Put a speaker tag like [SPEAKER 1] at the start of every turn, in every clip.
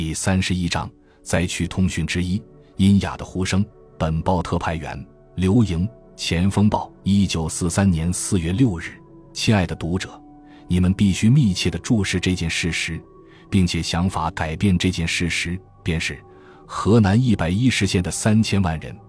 [SPEAKER 1] 第31章灾区通讯之一，殷雅的呼声。本报特派员刘莹，前锋报1943年4月6日。亲爱的读者，你们必须密切地注视这件事实，并且想法改变这件事实，便是河南110县的3000万人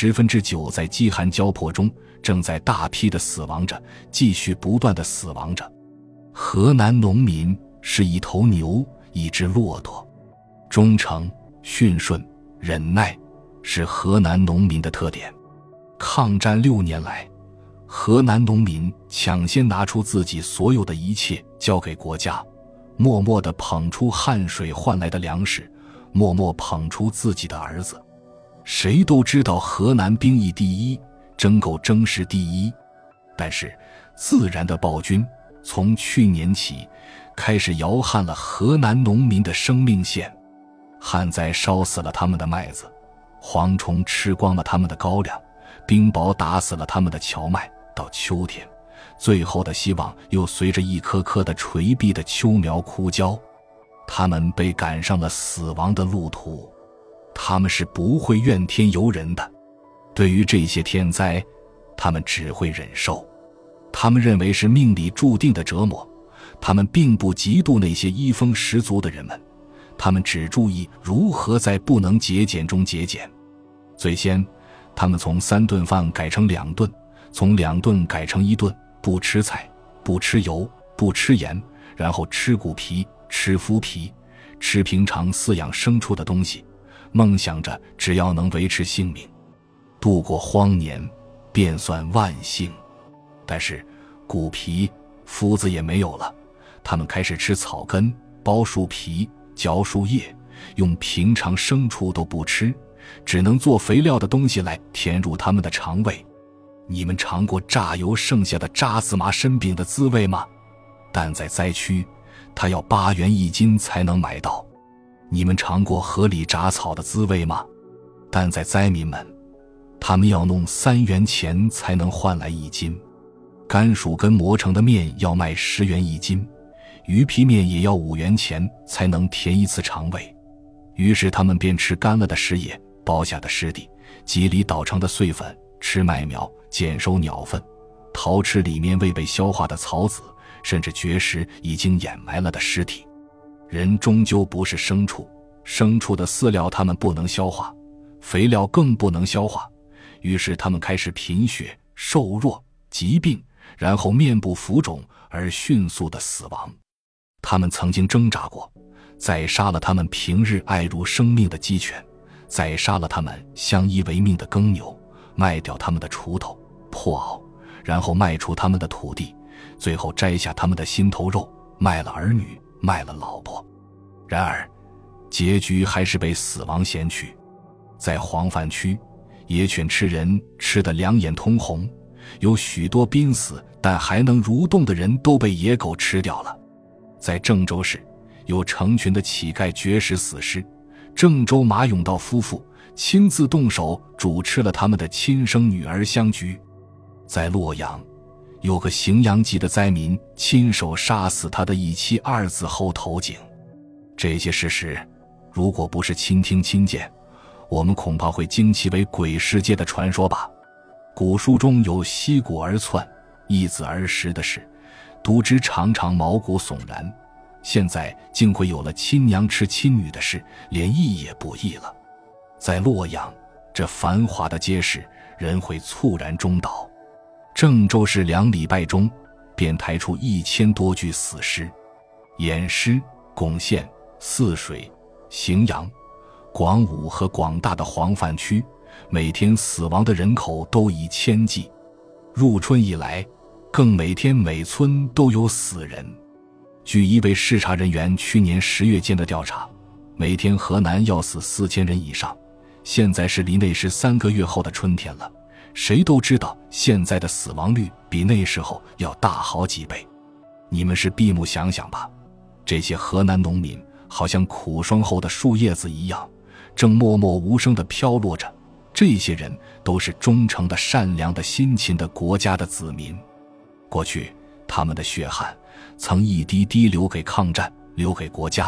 [SPEAKER 1] ，9%在饥寒交迫中，正在大批的死亡着，继续不断地死亡着。河南农民是一头牛，一只骆驼。忠诚、驯顺、忍耐是河南农民的特点。抗战6年来，河南农民抢先拿出自己所有的一切交给国家，默默地捧出汗水换来的粮食，默默捧出自己的儿子。谁都知道河南兵役第一，征购征实第一，但是自然的暴君从去年起开始摇撼了河南农民的生命线。旱灾烧死了他们的麦子，蝗虫吃光了他们的高粱，冰雹打死了他们的荞麦。到秋天，最后的希望又随着一颗颗的垂碧的秋苗枯焦，他们被赶上了死亡的路途。他们是不会怨天尤人的，对于这些天灾，他们只会忍受。他们认为是命里注定的折磨，他们并不嫉妒那些衣风十足的人们，他们只注意如何在不能节俭中节俭。最先，他们从3顿饭改成2顿，从2顿改成1顿，不吃菜，不吃油，不吃盐，然后吃骨皮，吃麸皮，吃平常饲养牲畜的东西，梦想着只要能维持性命，度过荒年，便算万幸。但是骨皮、麸子也没有了，他们开始吃草根，剥树皮，嚼树叶，用平常牲畜都不吃，只能做肥料的东西来填入他们的肠胃。你们尝过榨油剩下的渣子麻参饼的滋味吗？但在灾区，它要8元1斤才能买到。你们尝过河里铡草的滋味吗？但在灾民们，他们要弄3元钱才能换来1斤。甘薯根磨成的面要卖10元1斤，鱼皮面也要5元钱才能填一次肠胃。于是他们便吃干了的食野，包下的湿地，瘠里捣成的碎粉，吃麦苗，捡收鸟粪，陶吃里面未被消化的草籽，甚至绝食已经掩埋了的尸体。人终究不是牲畜，牲畜的饲料他们不能消化，肥料更不能消化，于是他们开始贫血、瘦弱、疾病，然后面部浮肿而迅速的死亡。他们曾经挣扎过，宰杀了他们平日爱如生命的鸡犬，宰杀了他们相依为命的耕牛，卖掉他们的锄头、破袄，然后卖出他们的土地，最后摘下他们的心头肉，卖了儿女，卖了老婆。然而结局还是被死亡衔去。在黄泛区，野犬吃人吃得两眼通红，有许多濒死但还能蠕动的人都被野狗吃掉了。在郑州市，有成群的乞丐绝食死尸，郑州马永道夫妇亲自动手煮吃了他们的亲生女儿香菊。在洛阳，有个荥阳籍的灾民亲手杀死他的一妻2子后投井。这些事实如果不是亲听亲见，我们恐怕会惊其为鬼世界的传说吧。古书中有息鼓而窜，一子而食的事，读之常常毛骨悚然。现在竟会有了亲娘吃亲女的事，连义也不义了。在洛阳这繁华的街市，人会猝然中倒。郑州市2礼拜中便抬出1000多具死尸。偃师、巩县、泗水、荥阳、广武和广大的黄泛区，每天死亡的人口都以千计。入春以来，更每天每村都有死人。据一位视察人员去年10月间的调查，每天河南要死4000人以上。现在是离那时3个月后的春天了，谁都知道现在的死亡率比那时候要大好几倍。你们是闭目想想吧，这些河南农民好像苦霜后的树叶子一样，正默默无声地飘落着。这些人都是忠诚的、善良的、辛勤的国家的子民。过去他们的血汗曾一滴滴流给抗战，流给国家，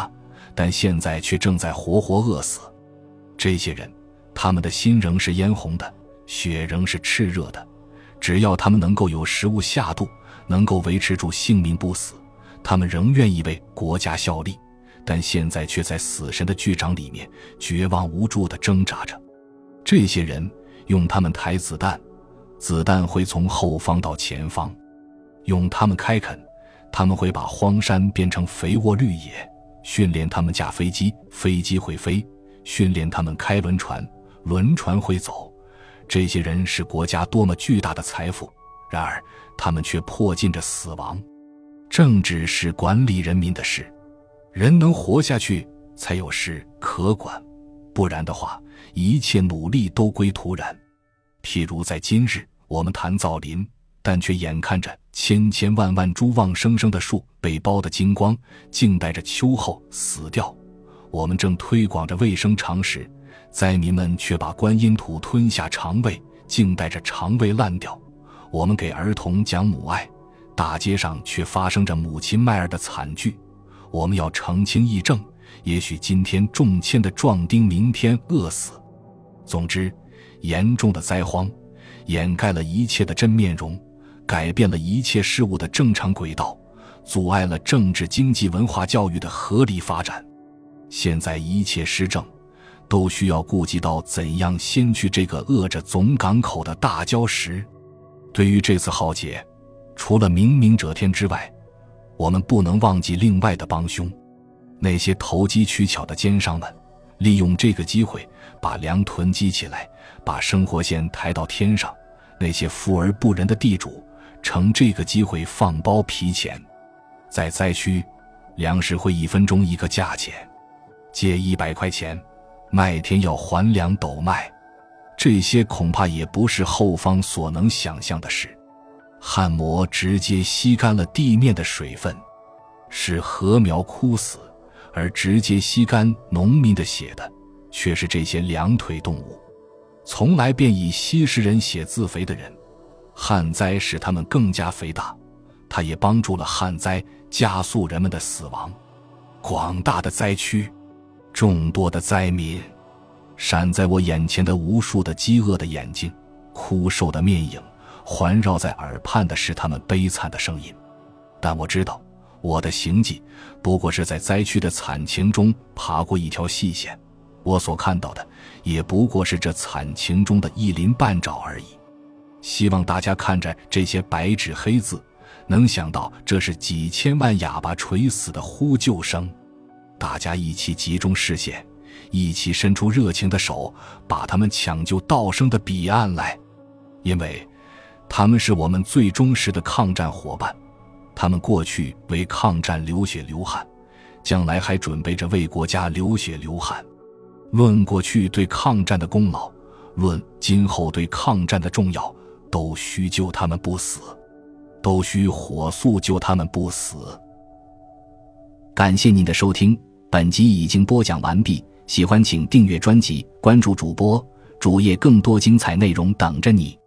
[SPEAKER 1] 但现在却正在活活饿死。这些人，他们的心仍是嫣红的，血仍是炽热的，只要他们能够有食物下肚，能够维持住性命不死，他们仍愿意为国家效力，但现在却在死神的巨掌里面绝望无助地挣扎着。这些人用他们抬子弹，子弹会从后方到前方；用他们开垦，他们会把荒山变成肥沃绿野；训练他们驾飞机，飞机会飞；训练他们开轮船，轮船会走。这些人是国家多么巨大的财富，然而他们却迫近着死亡。政治是管理人民的事，人能活下去才有事可管，不然的话，一切努力都归徒然。譬如在今日，我们谈造林，但却眼看着千千万万株旺生生的树被剥得精光，静待着秋后死掉。我们正推广着卫生常识，灾民们却把观音土吞下肠胃，静待着肠胃烂掉。我们给儿童讲母爱，大街上却发生着母亲卖儿的惨剧。我们要澄清议政，也许今天中签的壮丁明天饿死。总之，严重的灾荒掩盖了一切的真面容，改变了一切事物的正常轨道，阻碍了政治经济文化教育的合理发展。现在一切施政都需要顾及到怎样先去这个饿着总港口的大礁石。对于这次浩劫，除了明明者天之外，我们不能忘记另外的帮凶。那些投机取巧的奸商们，利用这个机会把粮囤积起来，把生活线抬到天上。那些富而不仁的地主，乘这个机会放包皮钱。在灾区，粮食会1分钟一个价钱，借100块钱，麦天要还2斗麦。这些恐怕也不是后方所能想象的事。旱魔直接吸干了地面的水分，使禾苗枯死，而直接吸干农民的血的，却是这些两腿动物。从来便以吸食人血自肥的人，旱灾使他们更加肥大，它也帮助了旱灾加速人们的死亡。广大的灾区，众多的灾民，闪在我眼前的无数的饥饿的眼睛，枯瘦的面影，环绕在耳畔的是他们悲惨的声音。但我知道，我的行迹不过是在灾区的惨情中爬过一条细线，我所看到的也不过是这惨情中的一鳞半爪而已。希望大家看着这些白纸黑字，能想到这是几千万哑巴垂死的呼救声。大家一起集中视线，一起伸出热情的手，把他们抢救到生的彼岸来。因为他们是我们最忠实的抗战伙伴，他们过去为抗战流血流汗，将来还准备着为国家流血流汗。论过去对抗战的功劳，论今后对抗战的重要，都需救他们不死，都需火速救他们不死。感谢您的收听，本集已经播讲完毕，喜欢请订阅专辑，关注主播，主页更多精彩内容等着你。